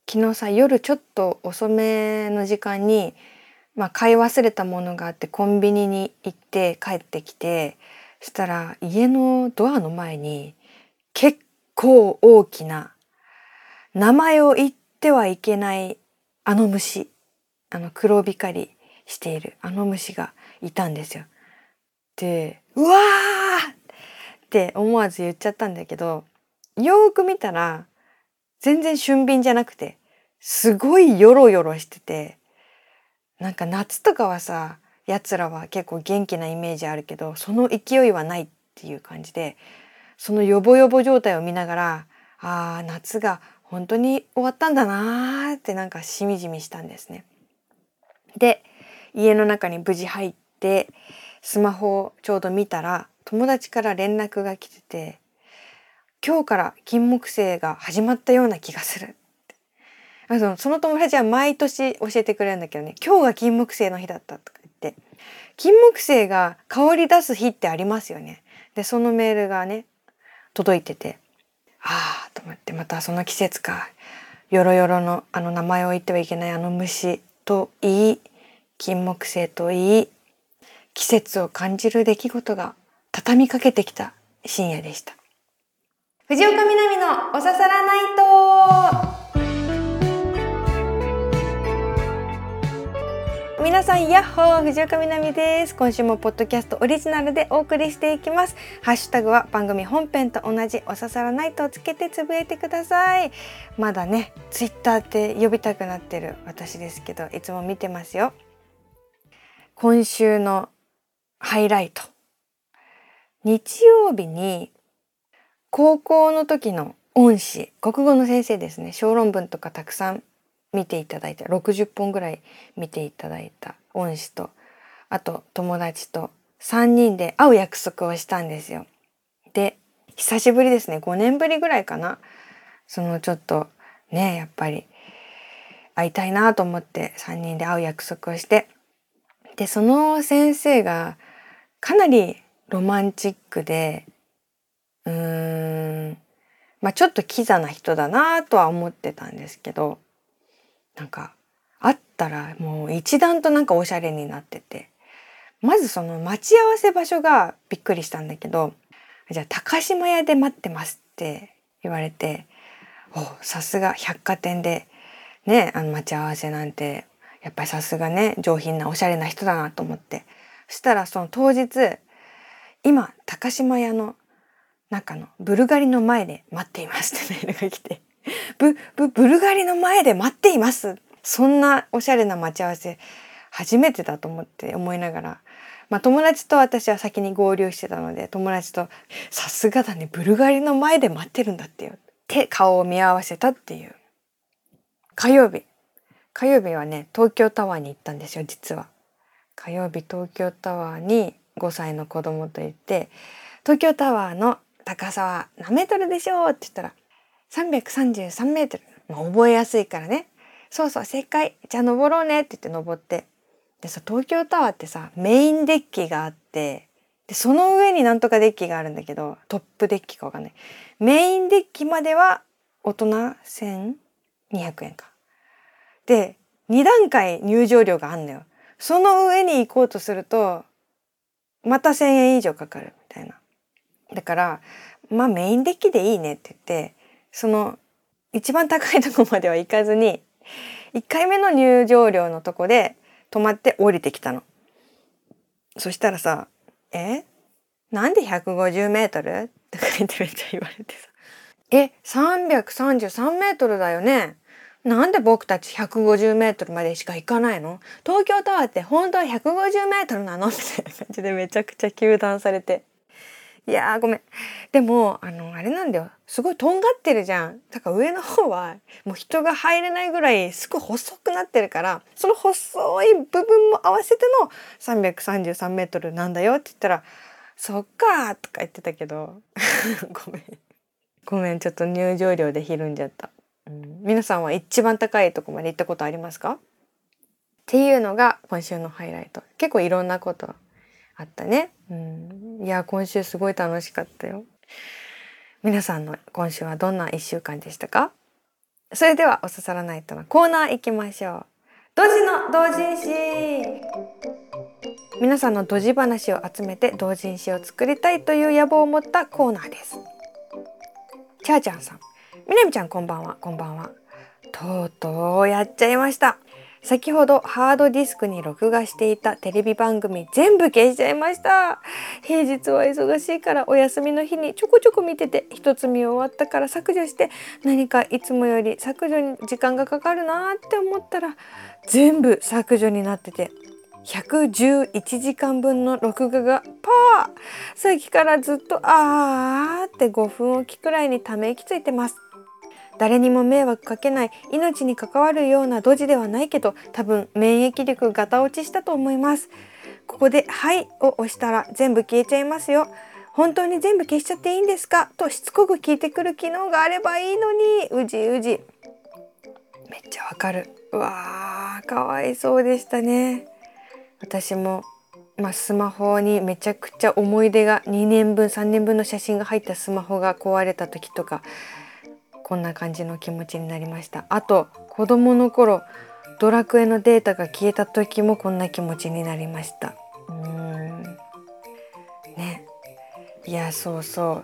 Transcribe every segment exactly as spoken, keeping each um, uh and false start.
昨日さ、夜ちょっと遅めの時間に、まあ、買い忘れたものがあってコンビニに行って帰ってきて、そしたら家のドアの前に結構大きな、名前を言ってはいけないあの虫、あの黒光りしているあの虫がいたんですよ。で、うわーって思わず言っちゃったんだけど、よーく見たら全然俊敏じゃなくて、すごいヨロヨロしてて、なんか夏とかはさ、奴らは結構元気なイメージあるけど、その勢いはないっていう感じで、そのヨボヨボ状態を見ながら、ああ、夏が本当に終わったんだなーってなんかしみじみしたんですね。で、家の中に無事入って、スマホをちょうど見たら、友達から連絡が来てて、今日から金木犀が始まったような気がする。あそのその友達は毎年教えてくれるんだけどね、今日が金木犀の日だったとか言って、金木犀が香り出す日ってありますよね。で、そのメールがね、届いてて、ああと思って、またその季節か。ヨロヨロのあの名前を言ってはいけないあの虫といい、金木犀といい、季節を感じる出来事が畳みかけてきた深夜でした。藤岡みなみのおささらナイト。皆さんヤッホー、藤岡みなみです。今週もポッドキャストオリジナルでお送りしていきます。ハッシュタグは番組本編と同じおささらナイトをつけてつぶえてください。まだね、ツイッターって呼びたくなってる私ですけど、いつも見てますよ。今週のハイライト。日曜日に高校の時の恩師、国語の先生ですね、小論文とかたくさん見ていただいた、ろくじゅっぽんぐらい見ていただいた恩師と、あと友達とさんにんで会う約束をしたんですよ。で、久しぶりですね。ごねんぶりぐらいかな。そのちょっとね、やっぱり会いたいなと思ってさんにんで会う約束をして、で、その先生がかなりロマンチックで、うーん、まあちょっとキザな人だなとは思ってたんですけど、なんか会ったらもう一段となんかおしゃれになってて、まずその待ち合わせ場所がびっくりしたんだけど、じゃあ高島屋で待ってますって言われて、お、さすが百貨店でね、あの待ち合わせなんてやっぱりさすがね、上品なおしゃれな人だなと思って、そしたらその当日、今高島屋の中のブルガリの前で待っていますってメールが来て、ブブブルガリの前で待っています。そんなおしゃれな待ち合わせ初めてだと思って思いながら、まあ友達と私は先に合流してたので、友達とさすがだね、ブルガリの前で待ってるんだってよって顔を見合わせたっていう。火曜日火曜日はね、東京タワーに行ったんですよ。実は火曜日東京タワーにごさいの子供と行って、東京タワーの高さは何メートルでしょうって言ったらさんびゃくさんじゅうさんメートル。まあ、覚えやすいからね。そうそう、正解。じゃあ登ろうねって言って登って。でさ、東京タワーってさ、メインデッキがあって、で、その上になんとかデッキがあるんだけど、トップデッキかわかんない。メインデッキまでは大人せんにひゃくえんか。で、に段階入場料があんのよ。その上に行こうとすると、またせんえん以上かかるみたいな。だから、まあメインデッキでいいねって言って、その一番高いとこまでは行かずに、いっかいめの入場料のとこで止まって降りてきたの。そしたらさ、えなんでひゃくごじゅうメートルとか言ってめっちゃ言われてさ、え、さんびゃくさんじゅうさんメートルだよね。なんで僕たちひゃくごじゅうメートルまでしか行かないの？東京タワーって本当はひゃくごじゅうメートルなのみたいな感じでめちゃくちゃ糾弾されて。いやーごめん。でも、あの、あれなんだよ。すごいとんがってるじゃん。だから上の方はもう人が入れないぐらいすごい細くなってるから、その細い部分も合わせてのさんびゃくさんじゅうさんメートルなんだよって言ったら、そっかーとか言ってたけど、ごめん。ごめん、ちょっと入場料でひるんじゃった。うん、皆さんは一番高いとこまで行ったことありますか？っていうのが今週のハイライト。結構いろんなことあったね。うん、いや今週すごい楽しかったよ。皆さんの今週はどんないっしゅうかんでしたか？ それではおささらナイトのコーナー行きましょう。ドジの同人誌。皆さんのドジ話を集めて同人誌を作りたいという野望を持ったコーナーです。チャーちゃんさん、みなみちゃんこんばんは。こんばんは。とうとうやっちゃいました。先ほどハードディスクに録画していたテレビ番組全部消しちゃいました。平日は忙しいからお休みの日にちょこちょこ見てて、一つ見終わったから削除して、何かいつもより削除に時間がかかるなって思ったら全部削除になってて、ひゃくじゅういちじかんぶんの録画がパー。さっきからずっとあーってごふんおきくらいにため息ついてます。誰にも迷惑かけない、命に関わるようなドジではないけど、多分免疫力ガタ落ちしたと思います。ここではいを押したら全部消えちゃいますよ。本当に全部消しちゃっていいんですかとしつこく聞いてくる機能があればいいのに。うじうじ。めっちゃわかる。うわー、かわいそうでしたね。私も、まあ、スマホにめちゃくちゃ思い出がにねんぶんさんねんぶんの写真が入ったスマホが壊れた時とか、こんな感じの気持ちになりました。あと子供の頃ドラクエのデータが消えた時もこんな気持ちになりました。うーんね、いやそうそう、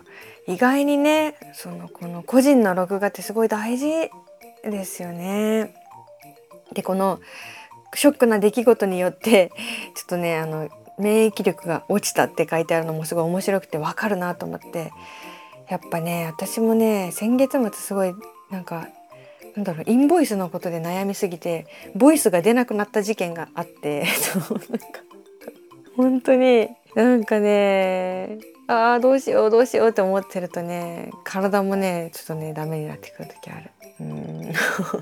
意外にね、そのこの個人の録画ってすごい大事ですよね。でこのショックな出来事によってちょっとね、あの免疫力が落ちたって書いてあるのもすごい面白くてわかるなと思って、やっぱね、私もね、先月末すごいなんかなんだろう、インボイスのことで悩みすぎてボイスが出なくなった事件があってそうなんか本当になんかね、あーどうしようどうしようって思ってるとね、体もねちょっとねダメになってくる時ある。うーん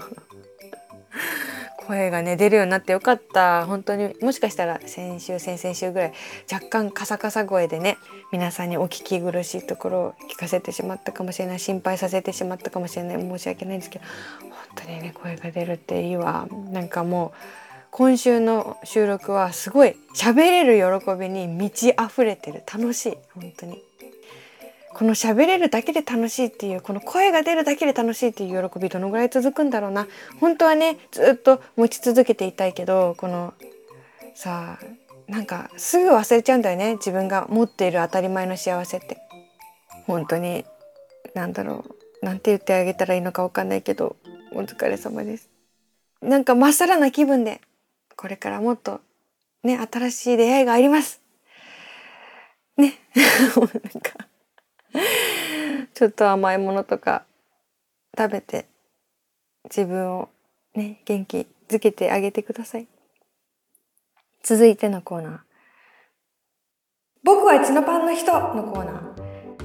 声がね出るようになってよかった。本当にもしかしたら先週先々週ぐらい若干カサカサ声でね、皆さんにお聞き苦しいところを聞かせてしまったかもしれない、心配させてしまったかもしれない、申し訳ないんですけど、本当にね声が出るっていいわ。なんかもう今週の収録はすごい喋れる喜びに満ち溢れてる。楽しい。本当にこの喋れるだけで楽しいっていう、この声が出るだけで楽しいっていう喜びどのぐらい続くんだろうな。本当はねずっと持ち続けていたいけど、このさあなんかすぐ忘れちゃうんだよね、自分が持っている当たり前の幸せって。本当になんだろう、なんて言ってあげたらいいのかわかんないけど、お疲れ様です。なんかまっさらな気分でこれからもっとね新しい出会いがありますねなんかちょっと甘いものとか食べて自分をね元気づけてあげてください。続いてのコーナー、僕はチノパンの人のコーナー。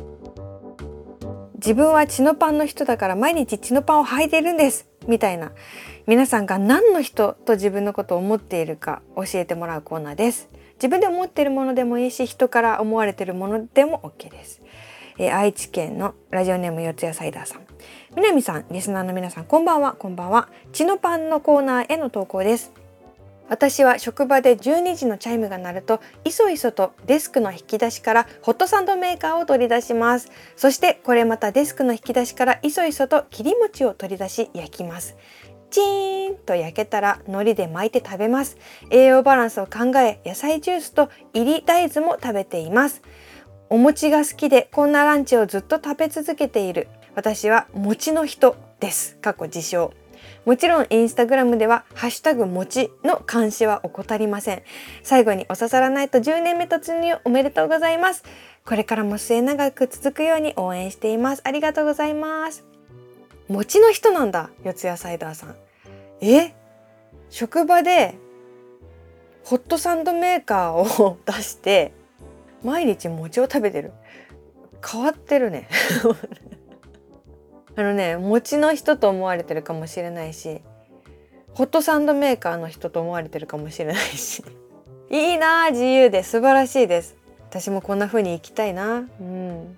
自分はチノパンの人だから毎日チノパンを履いているんですみたいな、皆さんが何の人と自分のことを思っているか教えてもらうコーナーです。自分で思っているものでもいいし、人から思われているものでも OK です。えー、愛知県のラジオネーム四谷サイダーさん、南さん、リスナーの皆さんこんばんは。こんばんは。チノパンのコーナーへの投稿です。私は職場でじゅうにじのチャイムが鳴るといそいそとデスクの引き出しからホットサンドメーカーを取り出します。そしてこれまたデスクの引き出しからいそいそと切り餅を取り出し焼きます。チーンと焼けたら海苔で巻いて食べます。栄養バランスを考え野菜ジュースと炒り大豆も食べています。お餅が好きでこんなランチをずっと食べ続けている私は餅の人です。過去自称。もちろんインスタグラムではハッシュタグ餅の監視は怠りません。最後におささらナイトじゅうねんめ突入おめでとうございます。これからも末永く続くように応援しています。ありがとうございます。餅の人なんだ、四谷サイダーさん。え、職場でホットサンドメーカーを出して毎日餅を食べてる。変わってるねあのね、餅の人と思われてるかもしれないし、ホットサンドメーカーの人と思われてるかもしれないしいいな、自由で素晴らしいです。私もこんな風に生きたいな。うん。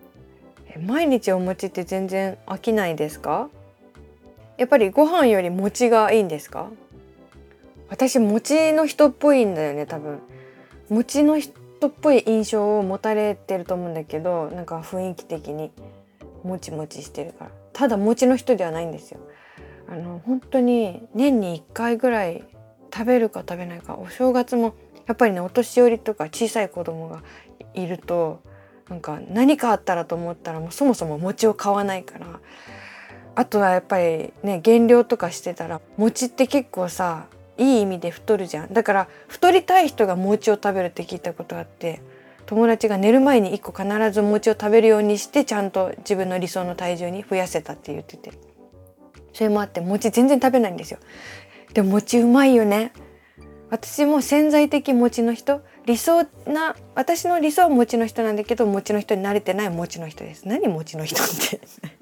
毎日お餅って全然飽きないですか？やっぱりご飯より餅がいいんですか？私餅の人っぽいんだよね、多分。餅の人っぽい印象を持たれてると思うんだけど、なんか雰囲気的にもちもちしてるから。ただ餅の人ではないんですよ。 あの本当に年にいっかいぐらい食べるか食べないか。お正月もやっぱりね、お年寄りとか小さい子供がいるとなんか何かあったらと思ったらもうそもそも餅を買わないから。あとはやっぱりね、減量とかしてたら餅って結構さ、いい意味で太るじゃん。だから太りたい人が餅を食べるって聞いたことがあって、友達が寝る前にいっこ必ず餅を食べるようにしてちゃんと自分の理想の体重に増やせたって言ってて、それもあって餅全然食べないんですよ。でも餅うまいよね。私も潜在的餅の人、理想な、私の理想は餅の人なんだけど、餅の人に慣れてない餅の人です。何餅の人って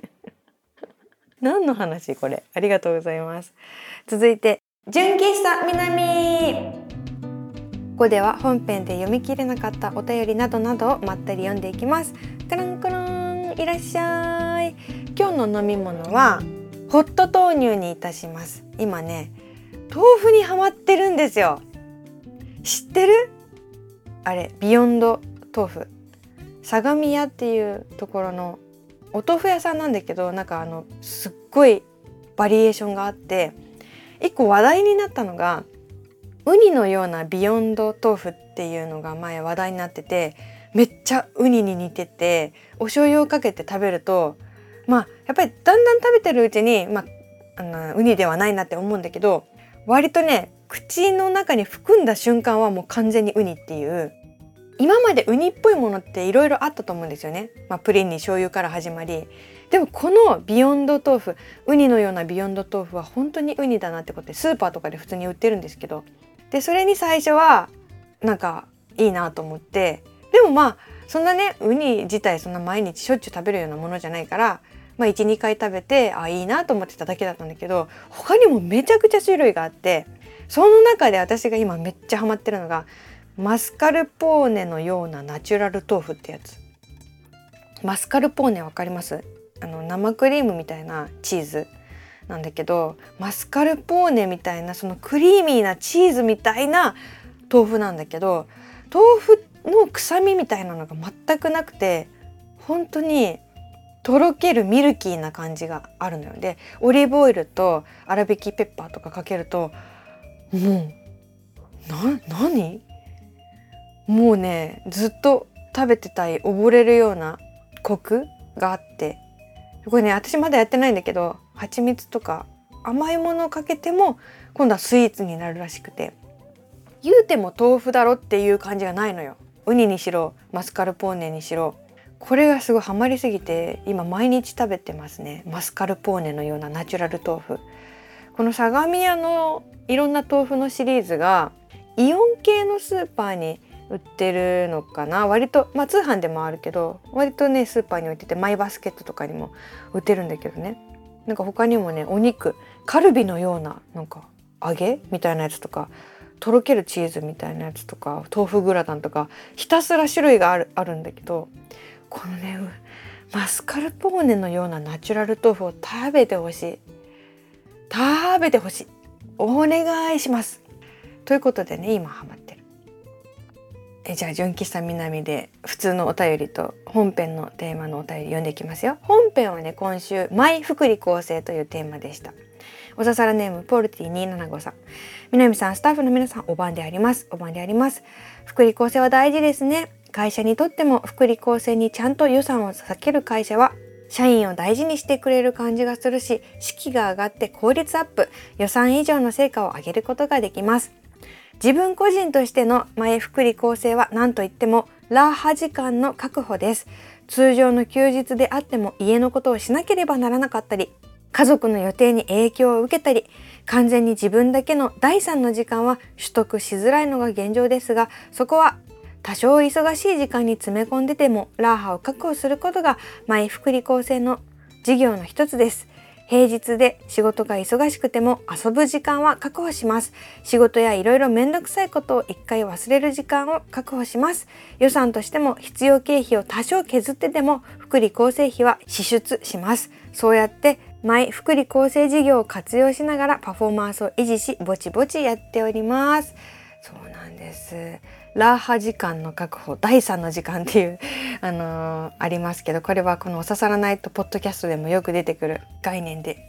何の話これ。ありがとうございます。続いて純喫茶南。ここでは本編で読み切れなかったお便りなどなどをまったり読んでいきます。クランクラン、いらっしゃい。今日の飲み物はホット豆乳にいたします。今ね、豆腐にハマってるんですよ。知ってる？あれ、ビヨンド豆腐、相模屋っていうところのお豆腐屋さんなんだけど、なんかあのすっごいバリエーションがあって、一個話題になったのがウニのようなビヨンド豆腐っていうのが前話題になってて、めっちゃウニに似てて、お醤油をかけて食べると、まあやっぱりだんだん食べてるうちに、まあ、あのウニではないなって思うんだけど、割とね、口の中に含んだ瞬間はもう完全にウニっていう。今までウニっぽいものっていろいろあったと思うんですよね。まあ、プリンに醤油から始まり、でもこのビヨンド豆腐、ウニのようなビヨンド豆腐は本当にウニだなってことで、スーパーとかで普通に売ってるんですけど、でそれに最初はなんかいいなと思って、でもまあそんなね、ウニ自体そんな毎日しょっちゅう食べるようなものじゃないから、まあ、いち、にかい食べてあいいなと思ってただけだったんだけど、他にもめちゃくちゃ種類があって、その中で私が今めっちゃハマってるのがマスカルポーネのようなナチュラル豆腐ってやつ。マスカルポーネわかります？あの生クリームみたいなチーズなんだけど、マスカルポーネみたいなそのクリーミーなチーズみたいな豆腐なんだけど、豆腐の臭みみたいなのが全くなくて、本当にとろけるミルキーな感じがあるのよ。でオリーブオイルと粗挽きペッパーとかかけると、もうな何もうね、ずっと食べてたい、溺れるようなコクがあって、これね、私まだやってないんだけど、蜂蜜とか甘いものをかけても今度はスイーツになるらしくて、言うても豆腐だろっていう感じがないのよ。ウニにしろマスカルポーネにしろ、これがすごいハマりすぎて今毎日食べてますね。マスカルポーネのようなナチュラル豆腐。この相模屋のいろんな豆腐のシリーズがイオン系のスーパーに売ってるのかな。割と、まあ通販でもあるけど、割とねスーパーに置いてて、マイバスケットとかにも売ってるんだけどね。なんか他にもね、お肉、カルビのようななんか揚げみたいなやつとか、とろけるチーズみたいなやつとか、豆腐グラタンとか、ひたすら種類があるあるんだけど、このねマスカルポーネのようなナチュラル豆腐を食べてほしい食べてほしいお願いします。ということでね、今ハマってる。えじゃあ純喫茶南で普通のお便りと本編のテーマのお便り読んでいきますよ。本編はね、今週マイ福利厚生というテーマでした。おささらネームポルティにーななごさん。南さん、スタッフの皆さん、お晩でありますお晩であります。福利厚生は大事ですね。会社にとっても福利厚生にちゃんと予算を避ける会社は社員を大事にしてくれる感じがするし、士気が上がって効率アップ、予算以上の成果を上げることができます。自分個人としての前福利厚生は何といってもラーハ時間の確保です。通常の休日であっても家のことをしなければならなかったり、家族の予定に影響を受けたり、完全に自分だけの第三の時間は取得しづらいのが現状ですが、そこは多少忙しい時間に詰め込んでてもラーハを確保することが前福利厚生の事業の一つです。平日で仕事が忙しくても遊ぶ時間は確保します。仕事やいろいろめんどくさいことを一回忘れる時間を確保します。予算としても必要経費を多少削ってでも福利厚生費は支出します。そうやってマイ福利厚生事業を活用しながらパフォーマンスを維持し、ぼちぼちやっております。そうなんです。ラーハ時間の確保、だいさんの時間っていうあのー、ありますけど、これはこのおささらないとポッドキャストでもよく出てくる概念で、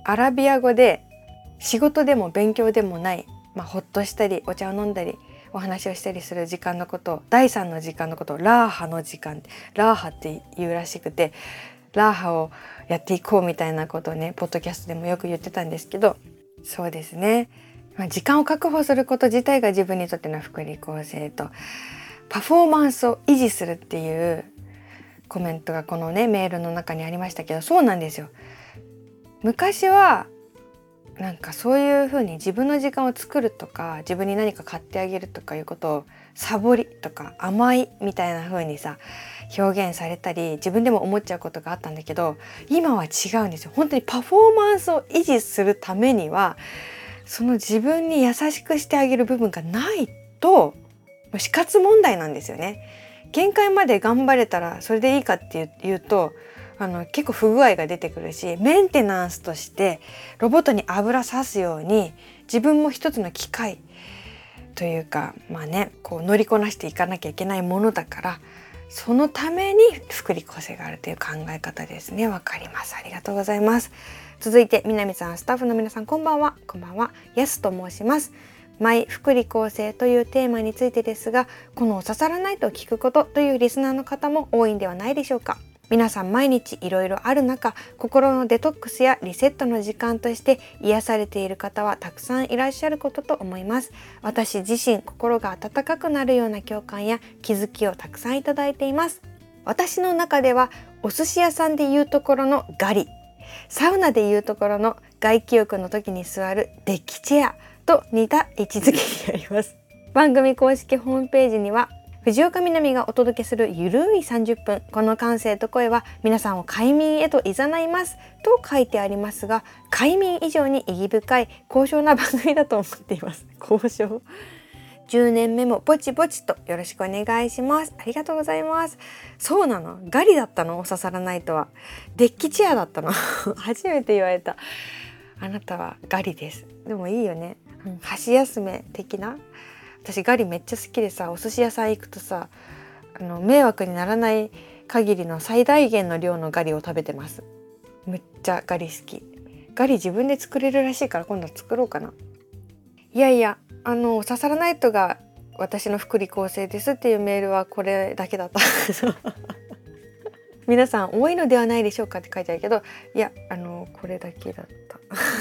アラビア語で仕事でも勉強でもない、まあ、ほっとしたりお茶を飲んだりお話をしたりする時間のことを、第三の時間のことをラーハの時間、ラーハって言うらしくて、ラーハをやっていこうみたいなことをねポッドキャストでもよく言ってたんですけど、そうですね、まあ、時間を確保すること自体が自分にとっての福利厚生とパフォーマンスを維持するっていうコメントがこのねメールの中にありましたけど、そうなんですよ。昔はなんかそういう風に自分の時間を作るとか自分に何か買ってあげるとかいうことをサボりとか甘いみたいな風にさ表現されたり自分でも思っちゃうことがあったんだけど、今は違うんですよ。本当にパフォーマンスを維持するためにはその自分に優しくしてあげる部分がないと死活問題なんですよね。限界まで頑張れたらそれでいいかっていうとあの結構不具合が出てくるし、メンテナンスとしてロボットに油さすように自分も一つの機械というかまあねこう乗りこなしていかなきゃいけないものだから、そのために福利厚生があるという考え方ですね。わかります。ありがとうございます。続いて南さん、スタッフの皆さんこんばんは。こんばんは。やすと申します。マイ福利厚生というテーマについてですが、この刺さらないと聞くことというリスナーの方も多いんではないでしょうか。皆さん毎日いろいろある中、心のデトックスやリセットの時間として癒されている方はたくさんいらっしゃることと思います。私自身心が温かくなるような共感や気づきをたくさんいただいています。私の中ではお寿司屋さんでいうところのガリ、サウナでいうところの外気浴の時に座るデッキチェアと似た位置づけにあります。番組公式ホームページには藤岡みなみがお届けするゆるいさんじゅっぷん、この感性と声は皆さんを快眠へと誘いますと書いてありますが、快眠以上に意義深い高尚な番組だと思っています。高尚じゅうねんめもぼちぼちとよろしくお願いします。ありがとうございます。そうなの、ガリだったの、刺さらないとは。デッキチェアだったの初めて言われた。あなたはガリです。でもいいよね、うん、箸休め的な。私ガリめっちゃ好きでさ、お寿司屋さん行くとさ、あの迷惑にならない限りの最大限の量のガリを食べてます。めっちゃガリ好き。ガリ自分で作れるらしいから今度作ろうかな。いやいや、あの刺さらないとが私の福利厚生ですっていうメールはこれだけだった皆さん多いのではないでしょうかって書いてあるけど、いやあのこれだけだった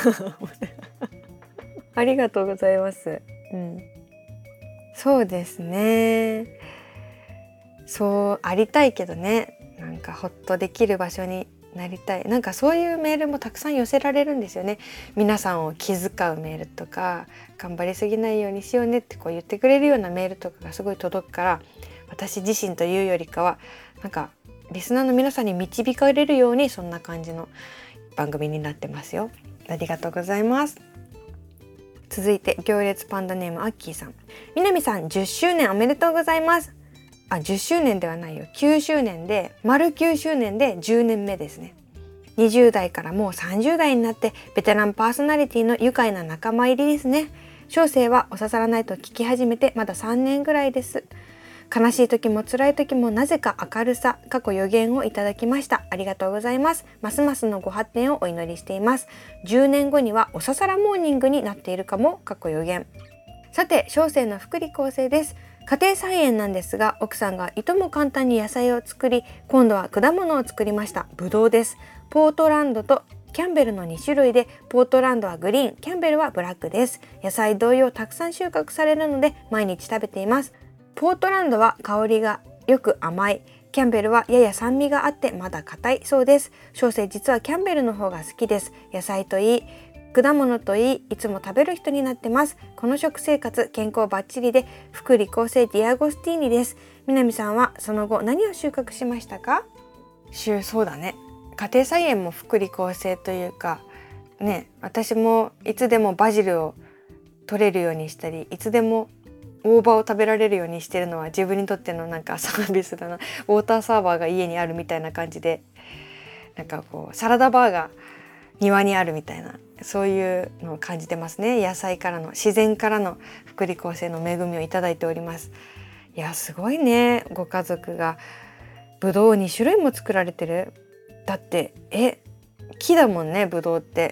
ありがとうございます。うん、そうですね。そうありたいけどね、なんかほっとできる場所になりたい。なんかそういうメールもたくさん寄せられるんですよね。皆さんを気遣うメールとか、頑張りすぎないようにしようねってこう言ってくれるようなメールとかがすごい届くから、私自身というよりかはなんかリスナーの皆さんに導かれるようにそんな感じの番組になってますよ。ありがとうございます。続いて行列パンダネームアッキーさん。みなみさんじゅっしゅうねんおめでとうございます。あ、じゅっしゅうねんではないよ、きゅうしゅうねんで、丸きゅうしゅうねんでじゅうねんめですね。にじゅう代からもうさんじゅう代になってベテランパーソナリティの愉快な仲間入りですね。小生はお刺さらないと聞き始めてまださんねんぐらいです。悲しい時も辛い時もなぜか明るさ、過去予言をいただきました。ありがとうございます。ますますのご発展をお祈りしています。じゅうねんごにはおささらモーニングになっているかも、過去予言。さて、小生の福利厚生です。家庭菜園なんですが、奥さんがいとも簡単に野菜を作り、今度は果物を作りました。ぶどうです。ポートランドとキャンベルのに種類で、ポートランドはグリーン、キャンベルはブラックです。野菜同様たくさん収穫されるので毎日食べています。ポートランドは香りがよく甘い、キャンベルはやや酸味があってまだ硬いそうです。小生実はキャンベルの方が好きです。野菜といい果物といい、いつも食べる人になってます。この食生活健康バッチリで福利厚生ディアゴスティーニです。南さんはその後何を収穫しましたか？そうだね、家庭菜園も福利厚生というかね、私もいつでもバジルを取れるようにしたり、いつでも大葉を食べられるようにしてるのは自分にとってのなんかサービスだな。ウォーターサーバーが家にあるみたいな感じで、なんかこうサラダバーが庭にあるみたいな、そういうのを感じてますね。野菜からの、自然からの福利厚生の恵みをいただいております。いやすごいね、ご家族がぶどうに種類も作られてる。だってえ木だもんね、ぶどうって。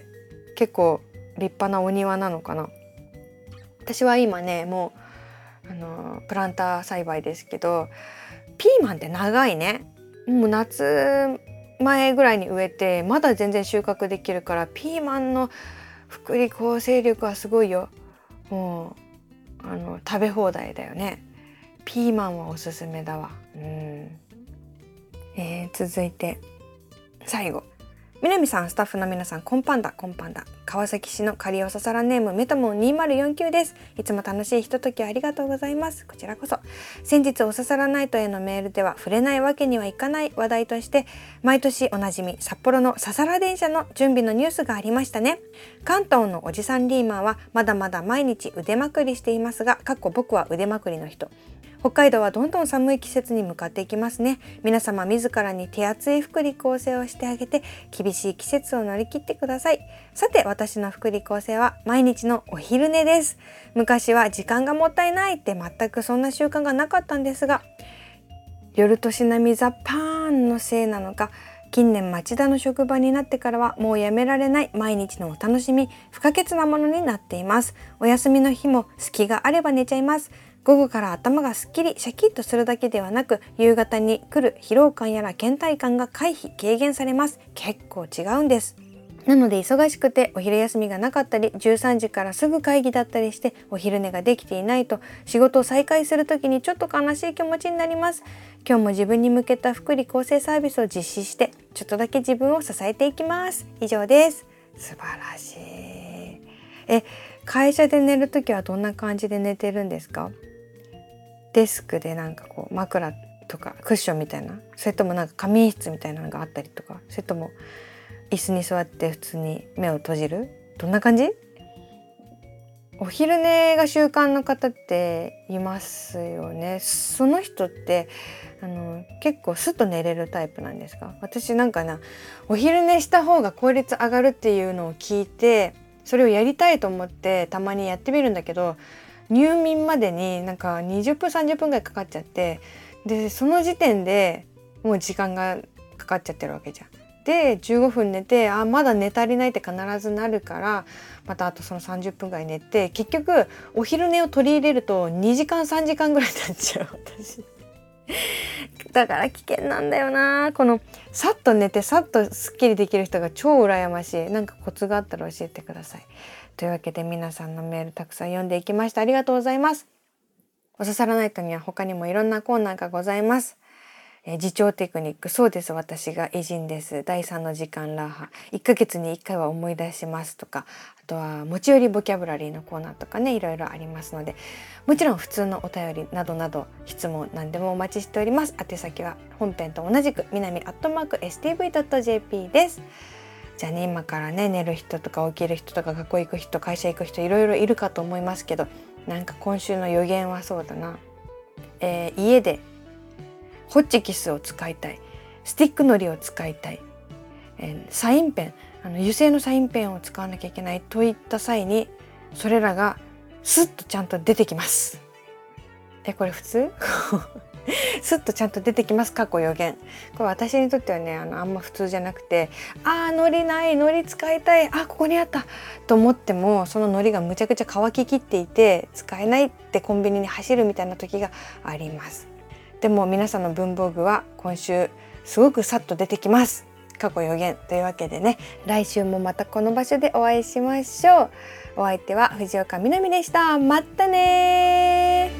結構立派なお庭なのかな。私は今ねもうあのプランター栽培ですけど、ピーマンって長いね。もう夏前ぐらいに植えてまだ全然収穫できるから、ピーマンの福利厚生力はすごいよ。もうあの食べ放題だよね。ピーマンはおすすめだわ。うん、えー、続いて最後、南さん、スタッフの皆さん、こんぱんだこんぱんだ。川崎市のカリオササラネームメタモンにせんよんじゅうきゅうです。いつも楽しいひとときをありがとうございます。こちらこそ。先日おささらナイトへのメールでは触れないわけにはいかない話題として、毎年おなじみ札幌のササラ電車の準備のニュースがありましたね。関東のおじさんリーマーはまだまだ毎日腕まくりしていますが、かっこ僕は腕まくりの人。北海道はどんどん寒い季節に向かっていきますね。皆様自らに手厚い福利厚生をしてあげて、厳しい季節を乗り切ってください。さて、私の福利厚生は毎日のお昼寝です。昔は時間がもったいないって全くそんな習慣がなかったんですが、夜年並みザパーンのせいなのか、近年町田の職場になってからはもうやめられない毎日のお楽しみ、不可欠なものになっています。お休みの日も隙があれば寝ちゃいます。午後から頭がすっきりシャキッとするだけではなく、夕方に来る疲労感やら倦怠感が回避軽減されます。結構違うんです。なので忙しくてお昼休みがなかったり、じゅうさんじからすぐ会議だったりしてお昼寝ができていないと、仕事を再開する時にちょっと悲しい気持ちになります。今日も自分に向けた福利厚生サービスを実施して、ちょっとだけ自分を支えていきます。以上です。素晴らしい。え、会社で寝る時はどんな感じで寝てるんですか？デスクでなんかこう枕とかクッションみたいな、それともなんか仮眠室みたいなのがあったりとか、それとも椅子に座って普通に目を閉じる、どんな感じ？お昼寝が習慣の方っていますよね。その人ってあの結構スッと寝れるタイプなんですか？私なんかな、お昼寝した方が効率上がるっていうのを聞いて、それをやりたいと思ってたまにやってみるんだけど、入眠までになんかにじゅっぷんさんじゅっぷんぐらいかかっちゃって、でその時点でもう時間がかかっちゃってるわけじゃん。でじゅうごふん寝て、あまだ寝足りないって必ずなるから、またあとそのさんじゅっぷんぐらい寝て、結局お昼寝を取り入れるとにじかんさんじかんぐらい経っちゃう私だから危険なんだよな。このさっと寝てさっとすっきりできる人が超羨ましい。なんかコツがあったら教えてください。というわけで皆さんのメールたくさん読んでいきました。ありがとうございます。おささらナイトには他にもいろんなコーナーがございます。えー、自重テクニック、そうです、私が偉人です。だいさんの時間ラーハ、いっかげつにいっかいは思い出しますとか、あとは持ち寄りボキャブラリーのコーナーとかね、いろいろありますので、もちろん普通のお便りなどなど質問何でもお待ちしております。宛先は本編と同じく南アットマーク エスティーブイドットジェーピー です。じゃあね、今からね、寝る人とか起きる人とか学校行く人、会社行く人、いろいろいるかと思いますけど、なんか今週の予言はそうだな、えー、家でホッチキスを使いたい、スティックのりを使いたい、えー、サインペン、あの油性のサインペンを使わなきゃいけないといった際に、それらがスッとちゃんと出てきます。え、これ普通スッとちゃんと出てきます。過去予言。これ私にとってはね、あのあんま普通じゃなくて、あーのりない、のり使いたい、あここにあったと思っても、そののりがむちゃくちゃ乾ききっていて使えないってコンビニに走るみたいな時があります。でも皆さんの文房具は今週すごくさっと出てきます。過去予言というわけでね、来週もまたこの場所でお会いしましょう。お相手は藤岡みなみでした。またね。